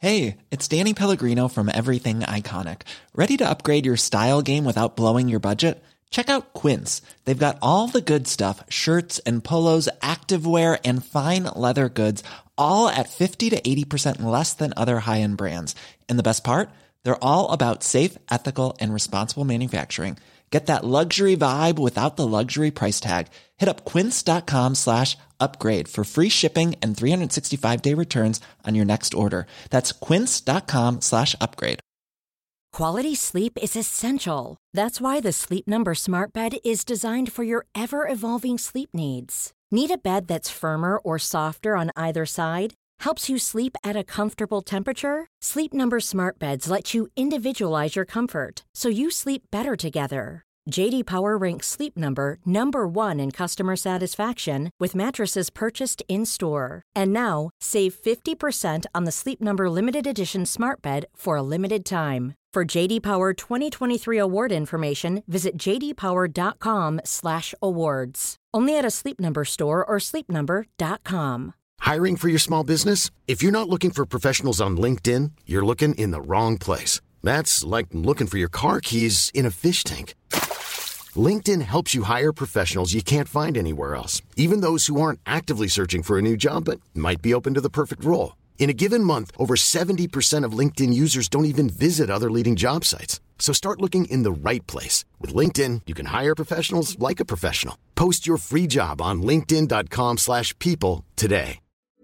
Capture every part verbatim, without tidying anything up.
Hey, it's Danny Pellegrino from Everything Iconic. Ready to upgrade your style game without blowing your budget? Check out Quince. They've got all the good stuff, shirts and polos, activewear, and fine leather goods, all at fifty to eighty percent less than other high-end brands. And the best part? They're all about safe, ethical, and responsible manufacturing. Get that luxury vibe without the luxury price tag. Hit up quince.com slash upgrade for free shipping and three sixty-five day returns on your next order. That's quince.com slash upgrade. Quality sleep is essential. That's why the Sleep Number Smart Bed is designed for your ever-evolving sleep needs. Need a bed that's firmer or softer on either side? Helps you sleep at a comfortable temperature? Sleep Number Smart Beds let you individualize your comfort, so you sleep better together. J D Power ranks Sleep Number number one in customer satisfaction with mattresses purchased in-store. And now, save fifty percent on the Sleep Number Limited Edition Smart Bed for a limited time. For J D Power twenty twenty-three award information, visit j d power dot com slash awards. Only at a Sleep Number store or sleep number dot com. Hiring for your small business? If you're not looking for professionals on LinkedIn, you're looking in the wrong place. That's like looking for your car keys in a fish tank. LinkedIn helps you hire professionals you can't find anywhere else, even those who aren't actively searching for a new job but might be open to the perfect role. In a given month, over seventy percent of LinkedIn users don't even visit other leading job sites. So start looking in the right place. With LinkedIn, you can hire professionals like a professional. Post your free job on linkedin dot com slash people today.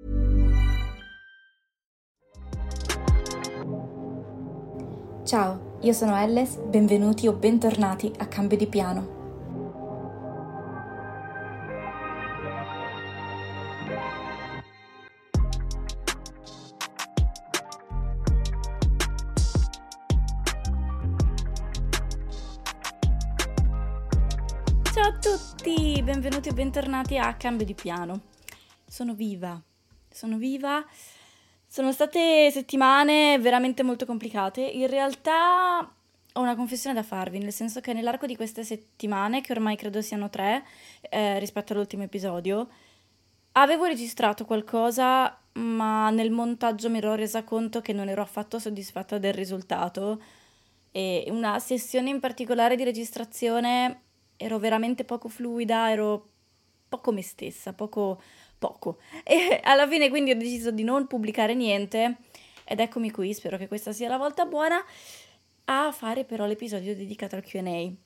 Ciao, io sono Elles, benvenuti o bentornati a Cambio di Piano. Ciao a tutti, benvenuti o bentornati a Cambio di Piano. Sono viva, sono viva. Sono state settimane veramente molto complicate. In realtà ho una confessione da farvi, nel senso che nell'arco di queste settimane, che ormai credo siano tre eh, rispetto all'ultimo episodio, avevo registrato qualcosa, ma nel montaggio mi ero resa conto che non ero affatto soddisfatta del risultato. E una sessione in particolare di registrazione ero veramente poco fluida, ero poco me stessa, poco... poco e alla fine quindi ho deciso di non pubblicare niente ed eccomi qui, spero che questa sia la volta buona a fare però l'episodio dedicato al Q and A. In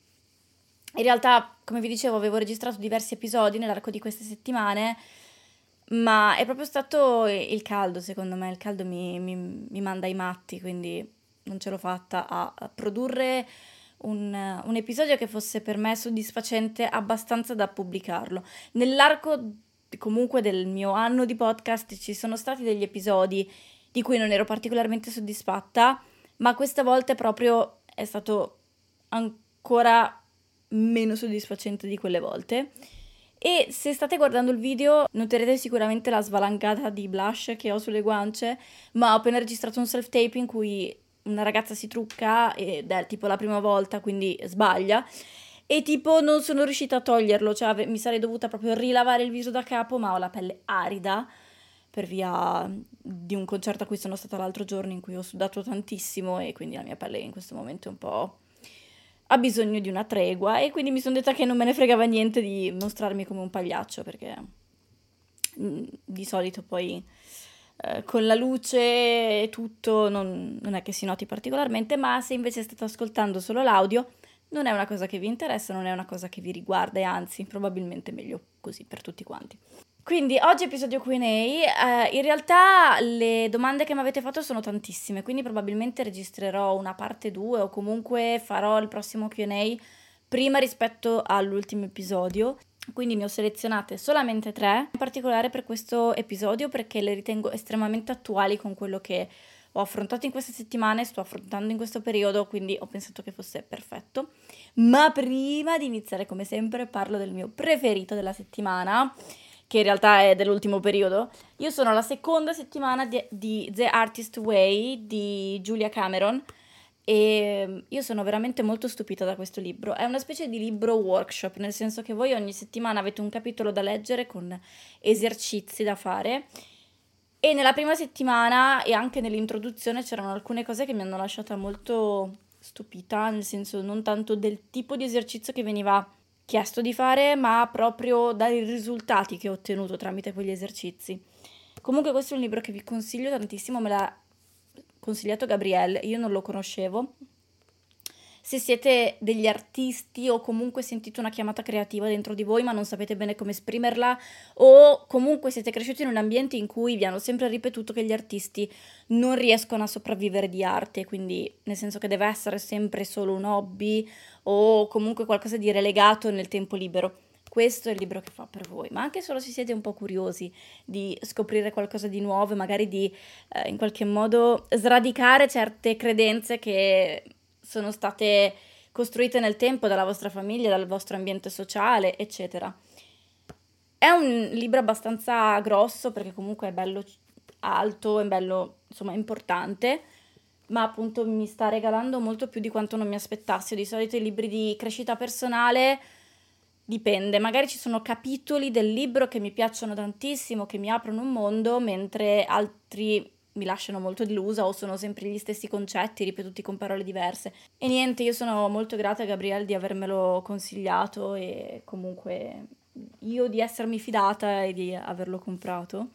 realtà, come vi dicevo, avevo registrato diversi episodi nell'arco di queste settimane, ma è proprio stato il caldo, secondo me il caldo mi, mi, mi manda ai matti, quindi non ce l'ho fatta a, a produrre un, un episodio che fosse per me soddisfacente abbastanza da pubblicarlo. Nell'arco comunque del mio anno di podcast ci sono stati degli episodi di cui non ero particolarmente soddisfatta, ma questa volta proprio è stato ancora meno soddisfacente di quelle volte. E se state guardando il video noterete sicuramente la svalangata di blush che ho sulle guance, ma ho appena registrato un self-tape in cui una ragazza si trucca ed è tipo la prima volta, quindi sbaglia. E tipo non sono riuscita a toglierlo, cioè mi sarei dovuta proprio rilavare il viso da capo, ma ho la pelle arida per via di un concerto a cui sono stata l'altro giorno in cui ho sudato tantissimo e quindi la mia pelle in questo momento è un po' ha bisogno di una tregua e quindi mi sono detta che non me ne fregava niente di mostrarmi come un pagliaccio, perché di solito poi eh, con la luce e tutto non, non è che si noti particolarmente, ma se invece state ascoltando solo l'audio non è una cosa che vi interessa, non è una cosa che vi riguarda e anzi probabilmente meglio così per tutti quanti. Quindi oggi episodio Q and A, eh, in realtà le domande che mi avete fatto sono tantissime, quindi probabilmente registrerò una parte due o comunque farò il prossimo Q and A prima rispetto all'ultimo episodio, quindi ne ho selezionate solamente tre, in particolare per questo episodio perché le ritengo estremamente attuali con quello che ho affrontato in queste settimane, sto affrontando in questo periodo, quindi ho pensato che fosse perfetto. Ma prima di iniziare, come sempre, parlo del mio preferito della settimana, che in realtà è dell'ultimo periodo. Io sono alla seconda settimana di, di The Artist Way di Julia Cameron e io sono veramente molto stupita da questo libro. È una specie di libro workshop, nel senso che voi ogni settimana avete un capitolo da leggere con esercizi da fare E nella prima settimana e anche nell'introduzione c'erano alcune cose che mi hanno lasciata molto stupita, nel senso non tanto del tipo di esercizio che veniva chiesto di fare, ma proprio dai risultati che ho ottenuto tramite quegli esercizi. Comunque questo è un libro che vi consiglio tantissimo, me l'ha consigliato Gabriele, io non lo conoscevo. Se siete degli artisti o comunque sentite una chiamata creativa dentro di voi ma non sapete bene come esprimerla, o comunque siete cresciuti in un ambiente in cui vi hanno sempre ripetuto che gli artisti non riescono a sopravvivere di arte, quindi nel senso che deve essere sempre solo un hobby o comunque qualcosa di relegato nel tempo libero, questo è il libro che fa per voi. Ma anche solo se siete un po' curiosi di scoprire qualcosa di nuovo, magari di eh, in qualche modo sradicare certe credenze che sono state costruite nel tempo dalla vostra famiglia, dal vostro ambiente sociale, eccetera. È un libro abbastanza grosso perché comunque è bello alto, è bello, insomma, importante, ma appunto mi sta regalando molto più di quanto non mi aspettassi. Di solito i libri di crescita personale dipende, magari ci sono capitoli del libro che mi piacciono tantissimo, che mi aprono un mondo, mentre altri mi lasciano molto delusa o sono sempre gli stessi concetti ripetuti con parole diverse. E niente, io sono molto grata a Gabriele di avermelo consigliato e comunque io di essermi fidata e di averlo comprato.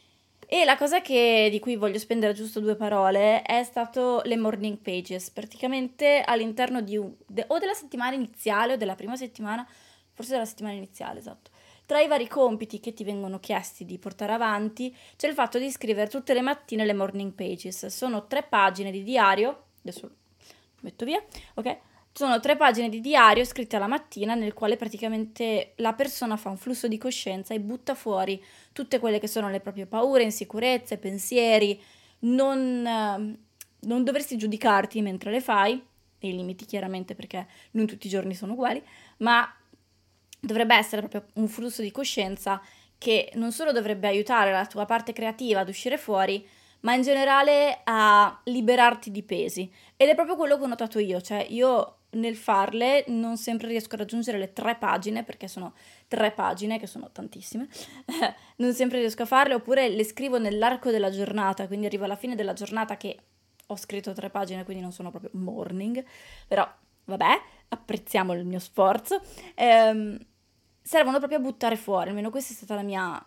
E la cosa che, di cui voglio spendere giusto due parole è stato le morning pages. Praticamente all'interno di un, de, o della settimana iniziale o della prima settimana, forse della settimana iniziale, esatto. Tra i vari compiti che ti vengono chiesti di portare avanti c'è il fatto di scrivere tutte le mattine le morning pages. Sono tre pagine di diario, adesso lo metto via, ok? Sono tre pagine di diario scritte alla mattina nel quale praticamente la persona fa un flusso di coscienza e butta fuori tutte quelle che sono le proprie paure, insicurezze, pensieri. Non, non dovresti giudicarti mentre le fai, nei limiti chiaramente perché non tutti i giorni sono uguali, ma dovrebbe essere proprio un flusso di coscienza che non solo dovrebbe aiutare la tua parte creativa ad uscire fuori, ma in generale a liberarti di pesi. Ed è proprio quello che ho notato io, cioè io nel farle non sempre riesco a raggiungere le tre pagine, perché sono tre pagine, che sono tantissime, non sempre riesco a farle, oppure le scrivo nell'arco della giornata, quindi arrivo alla fine della giornata che ho scritto tre pagine, quindi non sono proprio morning, però vabbè, apprezziamo il mio sforzo. Ehm, servono proprio a buttare fuori, almeno questa è stata la mia,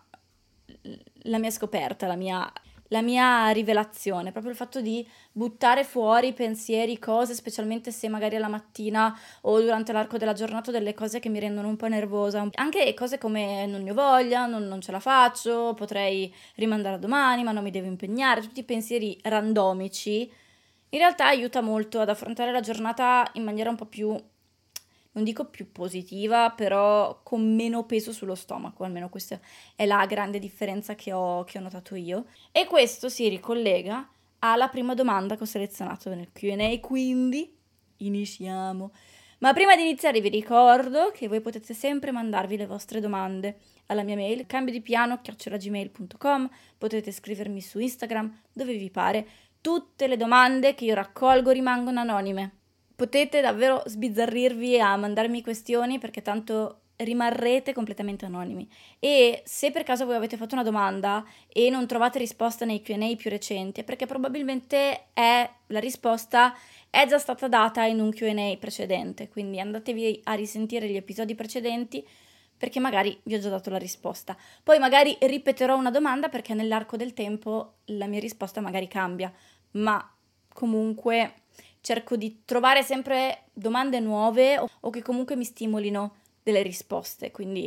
la mia scoperta, la mia, la mia rivelazione, proprio il fatto di buttare fuori pensieri, cose, specialmente se magari alla mattina o durante l'arco della giornata delle cose che mi rendono un po' nervosa, anche cose come non ne ho voglia, non, non ce la faccio, potrei rimandare a domani, ma non mi devo impegnare, tutti i pensieri randomici, in realtà aiuta molto ad affrontare la giornata in maniera un po' più, non dico più positiva, però con meno peso sullo stomaco, almeno questa è la grande differenza che ho, che ho notato io. E questo si ricollega alla prima domanda che ho selezionato nel Q and A, quindi iniziamo. Ma prima di iniziare vi ricordo che voi potete sempre mandarvi le vostre domande alla mia mail cambio-di-piano chiocciola gmail punto com, potete scrivermi su Instagram, dove vi pare. Tutte le domande che io raccolgo rimangono anonime. Potete davvero sbizzarrirvi a mandarmi questioni perché tanto rimarrete completamente anonimi. E se per caso voi avete fatto una domanda e non trovate risposta nei Q and A più recenti, è perché probabilmente è, la risposta è già stata data in un Q and A precedente, quindi andatevi a risentire gli episodi precedenti perché magari vi ho già dato la risposta. Poi magari ripeterò una domanda perché nell'arco del tempo la mia risposta magari cambia, ma comunque cerco di trovare sempre domande nuove o, o che comunque mi stimolino delle risposte, quindi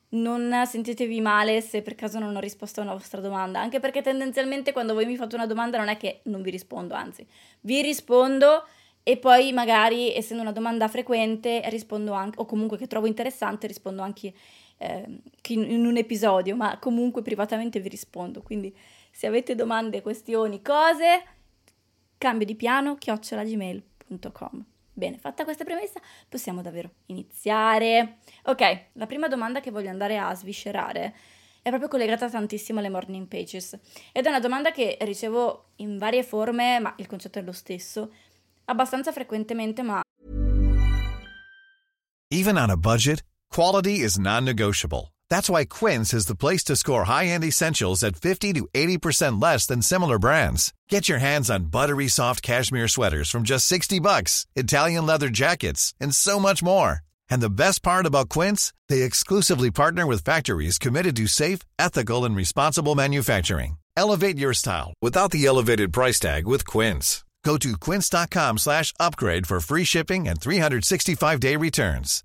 non sentitevi male se per caso non ho risposto a una vostra domanda, anche perché tendenzialmente quando voi mi fate una domanda non è che non vi rispondo, anzi, vi rispondo e poi magari, essendo una domanda frequente, rispondo anche, o comunque che trovo interessante, rispondo anche eh, in, in un episodio, ma comunque privatamente vi rispondo, quindi se avete domande, questioni, cose, cambio di piano chiocciola gmail punto com. Bene, fatta questa premessa, possiamo davvero iniziare. Ok, la prima domanda che voglio andare a sviscerare è proprio collegata tantissimo alle morning pages ed è una domanda che ricevo in varie forme, ma il concetto è lo stesso, abbastanza frequentemente, ma Even on a budget, quality is non-negotiable. That's why Quince is the place to score high-end essentials at fifty to eighty percent less than similar brands. Get your hands on buttery soft cashmere sweaters from just sixty bucks, Italian leather jackets, and so much more. And the best part about Quince, they exclusively partner with factories committed to safe, ethical, and responsible manufacturing. Elevate your style without the elevated price tag with Quince. Go to quince.com slash upgrade for free shipping and three sixty-five day returns.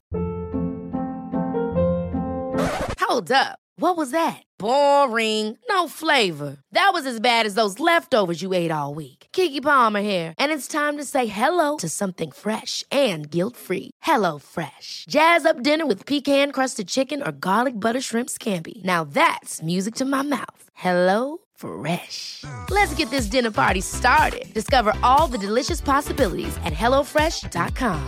Hold up. What was that? Boring. No flavor. That was as bad as those leftovers you ate all week. Keke Palmer here, and it's time to say hello to something fresh and guilt-free. Hello Fresh. Jazz up dinner with pecan-crusted chicken or garlic butter shrimp scampi. Now that's music to my mouth. Hello Fresh. Let's get this dinner party started. Discover all the delicious possibilities at hello fresh dot com.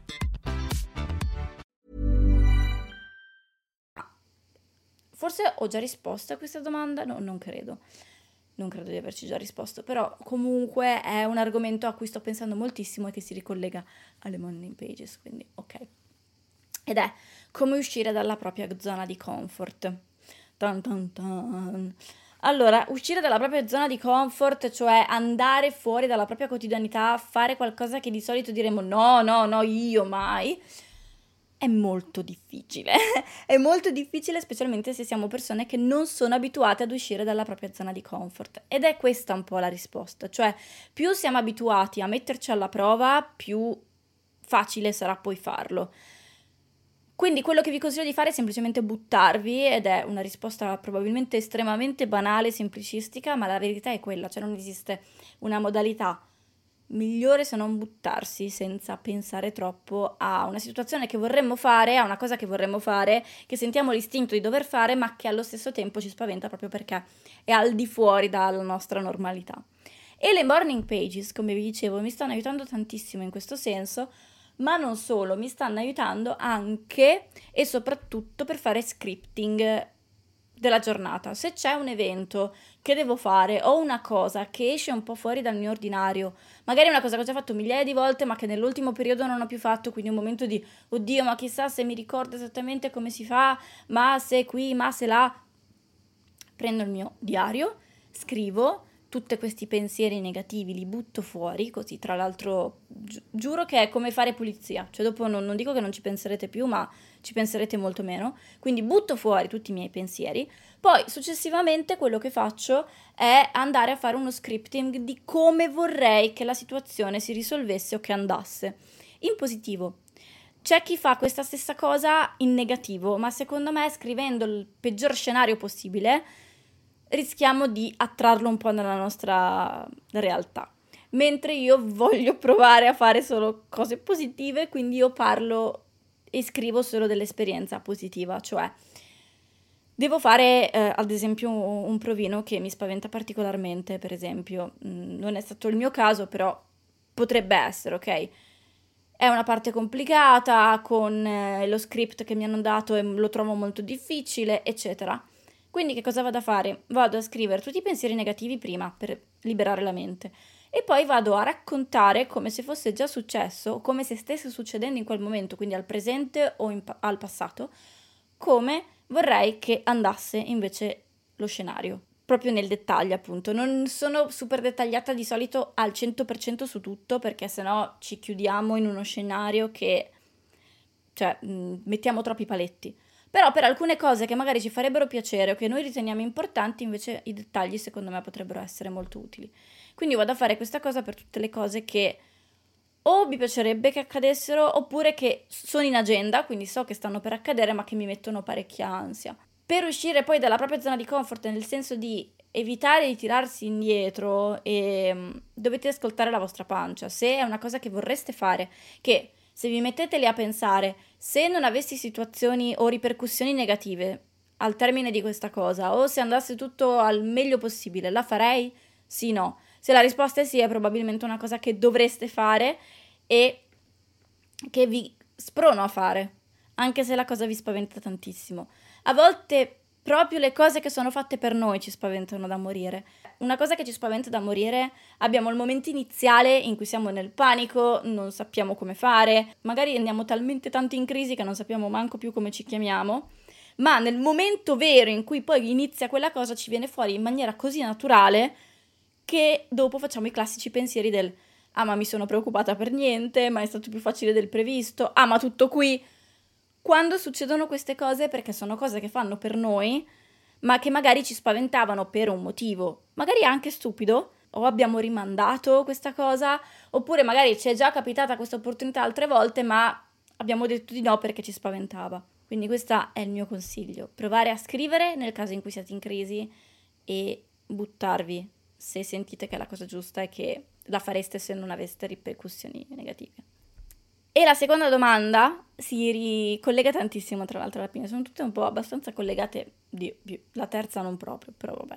Forse ho già risposto a questa domanda, no, non credo, non credo di averci già risposto, però comunque è un argomento a cui sto pensando moltissimo e che si ricollega alle morning pages, quindi ok. Ed è come uscire dalla propria zona di comfort. Tan tan tan. Allora, uscire dalla propria zona di comfort, cioè andare fuori dalla propria quotidianità, fare qualcosa che di solito diremmo no, no, no, io mai, è molto difficile, è molto difficile specialmente se siamo persone che non sono abituate ad uscire dalla propria zona di comfort, ed è questa un po' la risposta, cioè più siamo abituati a metterci alla prova, più facile sarà poi farlo. Quindi quello che vi consiglio di fare è semplicemente buttarvi, ed è una risposta probabilmente estremamente banale, semplicistica, ma la verità è quella, cioè non esiste una modalità migliore se non buttarsi senza pensare troppo a una situazione che vorremmo fare, a una cosa che vorremmo fare, che sentiamo l'istinto di dover fare, ma che allo stesso tempo ci spaventa proprio perché è al di fuori dalla nostra normalità. E le morning pages, come vi dicevo, mi stanno aiutando tantissimo in questo senso, ma non solo, mi stanno aiutando anche e soprattutto per fare scripting della giornata. Se c'è un evento che devo fare o una cosa che esce un po' fuori dal mio ordinario, magari una cosa che ho già fatto migliaia di volte ma che nell'ultimo periodo non ho più fatto, quindi un momento di oddio, ma chissà se mi ricordo esattamente come si fa, ma se qui, ma se là, prendo il mio diario, scrivo tutti questi pensieri negativi, li butto fuori, così tra l'altro gi- giuro che è come fare pulizia, cioè dopo non, non dico che non ci penserete più, ma ci penserete molto meno, quindi butto fuori tutti i miei pensieri, poi successivamente quello che faccio è andare a fare uno scripting di come vorrei che la situazione si risolvesse o che andasse, in positivo. C'è chi fa questa stessa cosa in negativo, ma secondo me scrivendo il peggior scenario possibile rischiamo di attrarlo un po' nella nostra realtà, mentre io voglio provare a fare solo cose positive, quindi io parlo e scrivo solo dell'esperienza positiva, cioè devo fare eh, ad esempio un provino che mi spaventa particolarmente, per esempio, mh, non è stato il mio caso, però potrebbe essere, ok? È una parte complicata, con eh, lo script che mi hanno dato e lo trovo molto difficile, eccetera. Quindi che cosa vado a fare? Vado a scrivere tutti i pensieri negativi prima per liberare la mente e poi vado a raccontare come se fosse già successo o come se stesse succedendo in quel momento, quindi al presente o in, al passato, come vorrei che andasse invece lo scenario, proprio nel dettaglio appunto. Non sono super dettagliata di solito al cento per cento su tutto perché sennò ci chiudiamo in uno scenario che, cioè, mh, mettiamo troppi paletti. Però per alcune cose che magari ci farebbero piacere o che noi riteniamo importanti, invece i dettagli secondo me potrebbero essere molto utili. Quindi vado a fare questa cosa per tutte le cose che o mi piacerebbe che accadessero oppure che sono in agenda, quindi so che stanno per accadere ma che mi mettono parecchia ansia. Per uscire poi dalla propria zona di comfort, nel senso di evitare di tirarsi indietro, e um, dovete ascoltare la vostra pancia. Se è una cosa che vorreste fare, che se vi mettete lì a pensare, se non avessi situazioni o ripercussioni negative al termine di questa cosa, o se andasse tutto al meglio possibile, la farei? Sì, no. Se la risposta è sì, è probabilmente una cosa che dovreste fare e che vi sprono a fare, anche se la cosa vi spaventa tantissimo. A volte proprio le cose che sono fatte per noi ci spaventano da morire. Una cosa che ci spaventa da morire, abbiamo il momento iniziale in cui siamo nel panico, non sappiamo come fare, magari andiamo talmente tanto in crisi che non sappiamo manco più come ci chiamiamo, ma nel momento vero in cui poi inizia quella cosa ci viene fuori in maniera così naturale che dopo facciamo i classici pensieri del ah ma mi sono preoccupata per niente, ma è stato più facile del previsto, ah ma tutto qui. Quando succedono queste cose perché sono cose che fanno per noi, ma che magari ci spaventavano per un motivo, magari anche stupido, o abbiamo rimandato questa cosa, oppure magari ci è già capitata questa opportunità altre volte, ma abbiamo detto di no perché ci spaventava. Quindi questo è il mio consiglio, provare a scrivere nel caso in cui siete in crisi e buttarvi se sentite che è la cosa giusta e che la fareste se non aveste ripercussioni negative. E la seconda domanda si ricollega tantissimo tra l'altro alla fine, sono tutte un po' abbastanza collegate, di più. La terza non proprio, però vabbè.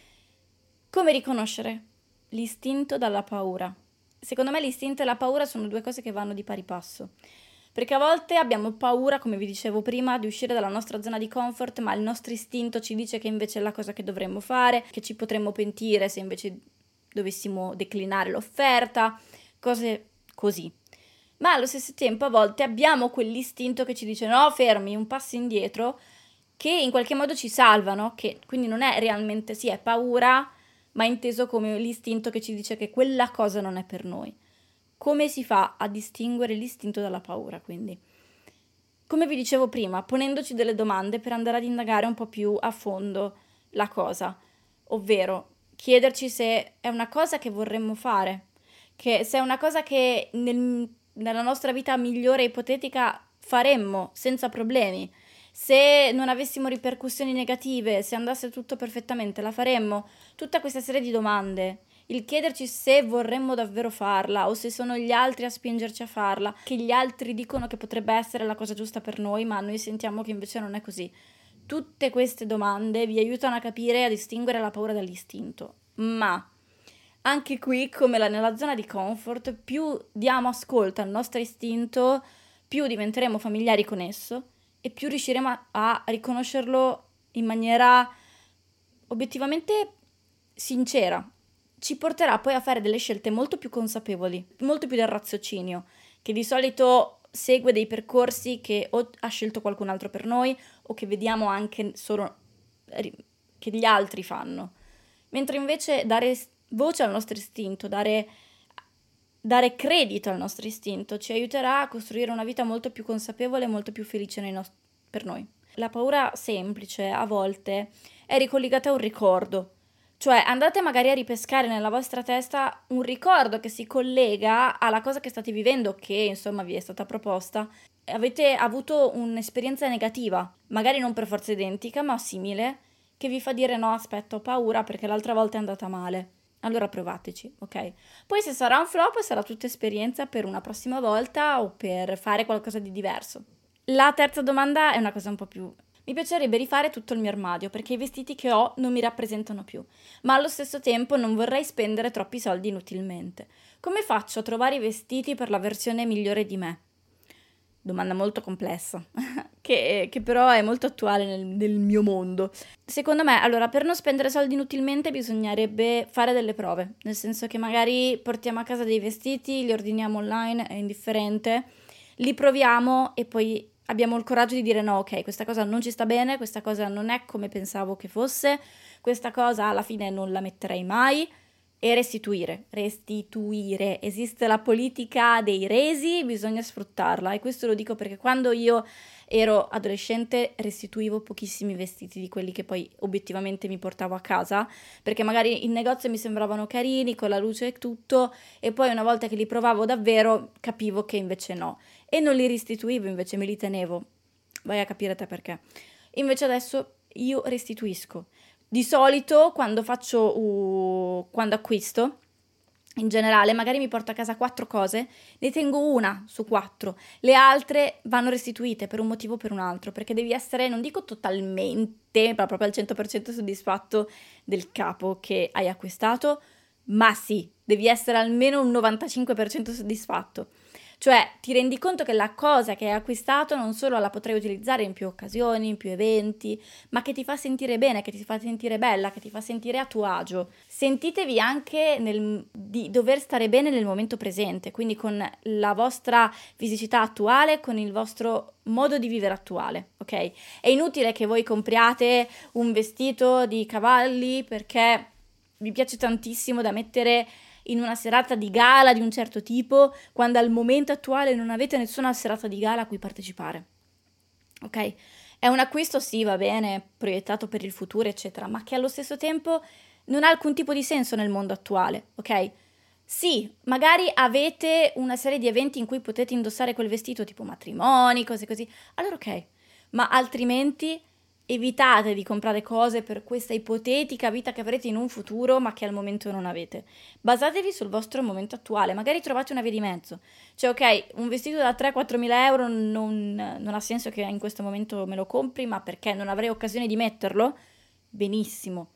Come riconoscere l'istinto dalla paura? Secondo me l'istinto e la paura sono due cose che vanno di pari passo, perché a volte abbiamo paura, come vi dicevo prima, di uscire dalla nostra zona di comfort, ma il nostro istinto ci dice che invece è la cosa che dovremmo fare, che ci potremmo pentire se invece dovessimo declinare l'offerta, cose così. Ma allo stesso tempo a volte abbiamo quell'istinto che ci dice no, fermi, un passo indietro, che in qualche modo ci salvano, che quindi non è realmente, sì, è paura, ma inteso come l'istinto che ci dice che quella cosa non è per noi. Come si fa a distinguere l'istinto dalla paura, quindi? Come vi dicevo prima, ponendoci delle domande per andare ad indagare un po' più a fondo la cosa, ovvero chiederci se è una cosa che vorremmo fare, che se è una cosa che nel, nella nostra vita migliore e ipotetica faremmo senza problemi, se non avessimo ripercussioni negative, se andasse tutto perfettamente la faremmo, tutta questa serie di domande. Il chiederci se vorremmo davvero farla o se sono gli altri a spingerci a farla, che gli altri dicono che potrebbe essere la cosa giusta per noi, ma noi sentiamo che invece non è così. Tutte queste domande vi aiutano a capire e a distinguere la paura dall'istinto. Ma anche qui, come la, nella zona di comfort, più diamo ascolto al nostro istinto, più diventeremo familiari con esso e più riusciremo a, a riconoscerlo in maniera obiettivamente sincera. Ci porterà poi a fare delle scelte molto più consapevoli, molto più del raziocinio, che di solito segue dei percorsi che o ha scelto qualcun altro per noi o che vediamo anche solo che gli altri fanno. Mentre invece dare voce al nostro istinto, dare, dare credito al nostro istinto ci aiuterà a costruire una vita molto più consapevole e molto più felice nei nost- per noi. La paura semplice a volte è ricollegata a un ricordo. Cioè andate magari a ripescare nella vostra testa un ricordo che si collega alla cosa che state vivendo, che insomma vi è stata proposta. Avete avuto un'esperienza negativa, magari non per forza identica, ma simile, che vi fa dire no, aspetta, ho paura perché l'altra volta è andata male. Allora provateci, ok? Poi se sarà un flop sarà tutta esperienza per una prossima volta o per fare qualcosa di diverso. La terza domanda è una cosa un po' più... Mi piacerebbe rifare tutto il mio armadio perché i vestiti che ho non mi rappresentano più, ma allo stesso tempo non vorrei spendere troppi soldi inutilmente. Come faccio a trovare i vestiti per la versione migliore di me? Domanda molto complessa, che, che però è molto attuale nel, nel mio mondo. Secondo me, allora, per non spendere soldi inutilmente bisognerebbe fare delle prove, nel senso che magari portiamo a casa dei vestiti, li ordiniamo online, è indifferente, li proviamo e poi abbiamo il coraggio di dire no, ok, questa cosa non ci sta bene, questa cosa non è come pensavo che fosse, questa cosa alla fine non la metterei mai, e restituire, restituire. Esiste la politica dei resi, bisogna sfruttarla, e questo lo dico perché quando io ero adolescente restituivo pochissimi vestiti di quelli che poi obiettivamente mi portavo a casa, perché magari in negozio mi sembravano carini, con la luce e tutto, e poi una volta che li provavo davvero capivo che invece no, e non li restituivo, invece me li tenevo. Vai a capire te perché. Invece adesso io restituisco. Di solito quando faccio, uh, quando acquisto, in generale, magari mi porto a casa quattro cose, ne tengo una su quattro, le altre vanno restituite per un motivo o per un altro, perché devi essere, non dico totalmente, ma proprio al cento per cento soddisfatto del capo che hai acquistato, ma sì, devi essere almeno un novantacinque per cento soddisfatto. Cioè ti rendi conto che la cosa che hai acquistato non solo la potrai utilizzare in più occasioni, in più eventi, ma che ti fa sentire bene, che ti fa sentire bella, che ti fa sentire a tuo agio. Sentitevi anche nel, di dover stare bene nel momento presente, quindi con la vostra fisicità attuale, con il vostro modo di vivere attuale, ok? È inutile che voi compriate un vestito di cavalli perché vi piace tantissimo da mettere in una serata di gala di un certo tipo, quando al momento attuale non avete nessuna serata di gala a cui partecipare. Ok? È un acquisto, sì, va bene, proiettato per il futuro, eccetera, ma che allo stesso tempo non ha alcun tipo di senso nel mondo attuale, ok? Sì, magari avete una serie di eventi in cui potete indossare quel vestito, tipo matrimoni, cose così, allora ok, ma altrimenti evitate di comprare cose per questa ipotetica vita che avrete in un futuro ma che al momento non avete. Basatevi sul vostro momento attuale, magari trovate una via di mezzo. Cioè ok, un vestito da tre quattro mila euro non, non ha senso che in questo momento me lo compri, ma perché non avrei occasione di metterlo? Benissimo.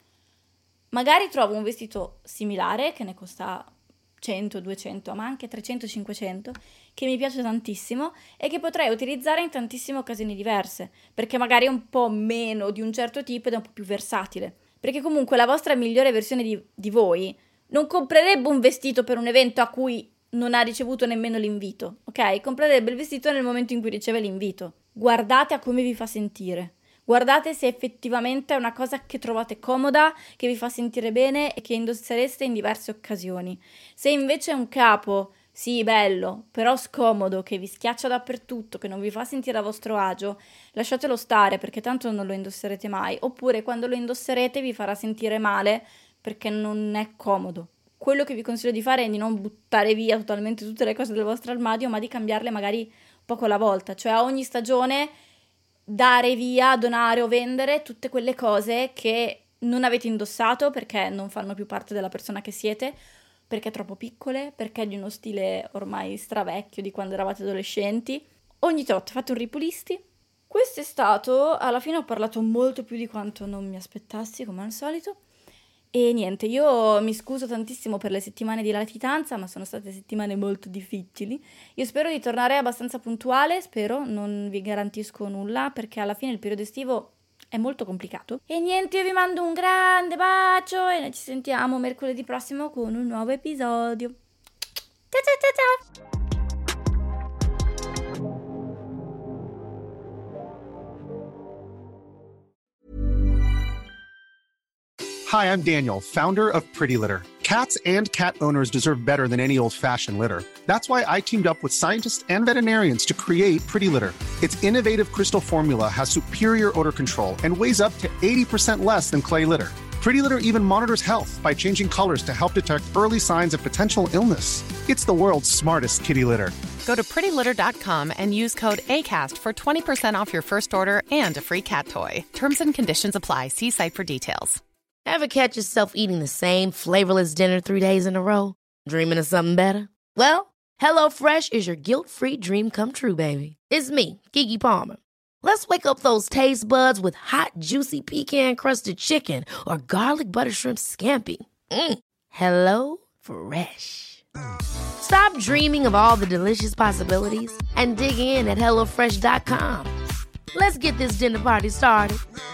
Magari trovo un vestito similare che ne costa cento, duecento, ma anche trecento, cinquecento, che mi piace tantissimo e che potrei utilizzare in tantissime occasioni diverse, perché magari è un po' meno di un certo tipo ed è un po' più versatile. Perché comunque la vostra migliore versione di, di voi non comprerebbe un vestito per un evento a cui non ha ricevuto nemmeno l'invito, ok? Comprerebbe il vestito nel momento in cui riceve l'invito. Guardate a come vi fa sentire. Guardate se effettivamente è una cosa che trovate comoda, che vi fa sentire bene e che indossereste in diverse occasioni. Se invece è un capo, sì, bello, però scomodo, che vi schiaccia dappertutto, che non vi fa sentire a vostro agio, lasciatelo stare perché tanto non lo indosserete mai, oppure quando lo indosserete vi farà sentire male perché non è comodo. Quello che vi consiglio di fare è di non buttare via totalmente tutte le cose del vostro armadio, ma di cambiarle magari poco alla volta, cioè a ogni stagione dare via, donare o vendere tutte quelle cose che non avete indossato perché non fanno più parte della persona che siete, perché troppo piccole, perché di uno stile ormai stravecchio di quando eravate adolescenti. Ogni tot fate un ripulisti. Questo è stato, alla fine ho parlato molto più di quanto non mi aspettassi, come al solito. E niente, io mi scuso tantissimo per le settimane di latitanza, ma sono state settimane molto difficili. Io spero di tornare abbastanza puntuale, spero, non vi garantisco nulla, perché alla fine il periodo estivo è molto complicato. E niente, io vi mando un grande bacio e noi ci sentiamo mercoledì prossimo con un nuovo episodio. Ciao ciao ciao ciao! Hi, I'm Daniel, founder of Pretty Litter. Cats and cat owners deserve better than any old-fashioned litter. That's why I teamed up with scientists and veterinarians to create Pretty Litter. Its innovative crystal formula has superior odor control and weighs up to eighty percent less than clay litter. Pretty Litter even monitors health by changing colors to help detect early signs of potential illness. It's the world's smartest kitty litter. Go to pretty litter dot com and use code ACAST for twenty percent off your first order and a free cat toy. Terms and conditions apply. See site for details. Ever catch yourself eating the same flavorless dinner three days in a row? Dreaming of something better? Well, HelloFresh is your guilt-free dream come true, baby. It's me, Keke Palmer. Let's wake up those taste buds with hot, juicy pecan-crusted chicken or garlic butter shrimp scampi. Mm. Hello Fresh. Stop dreaming of all the delicious possibilities and dig in at hello fresh dot com. Let's get this dinner party started.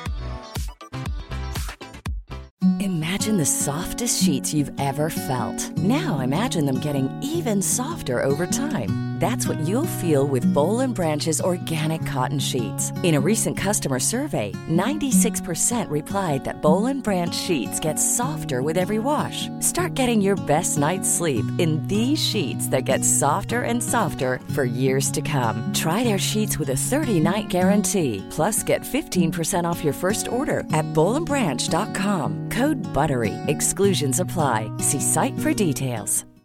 Imagine the softest sheets you've ever felt. Now imagine them getting even softer over time. That's what you'll feel with Boll and Branch's organic cotton sheets. In a recent customer survey, ninety-six percent replied that Boll and Branch sheets get softer with every wash. Start getting your best night's sleep in these sheets that get softer and softer for years to come. Try their sheets with a thirty-night guarantee. Plus, get fifteen percent off your first order at boll and branch dot com. Code BUTTERY. Exclusions apply. See site for details.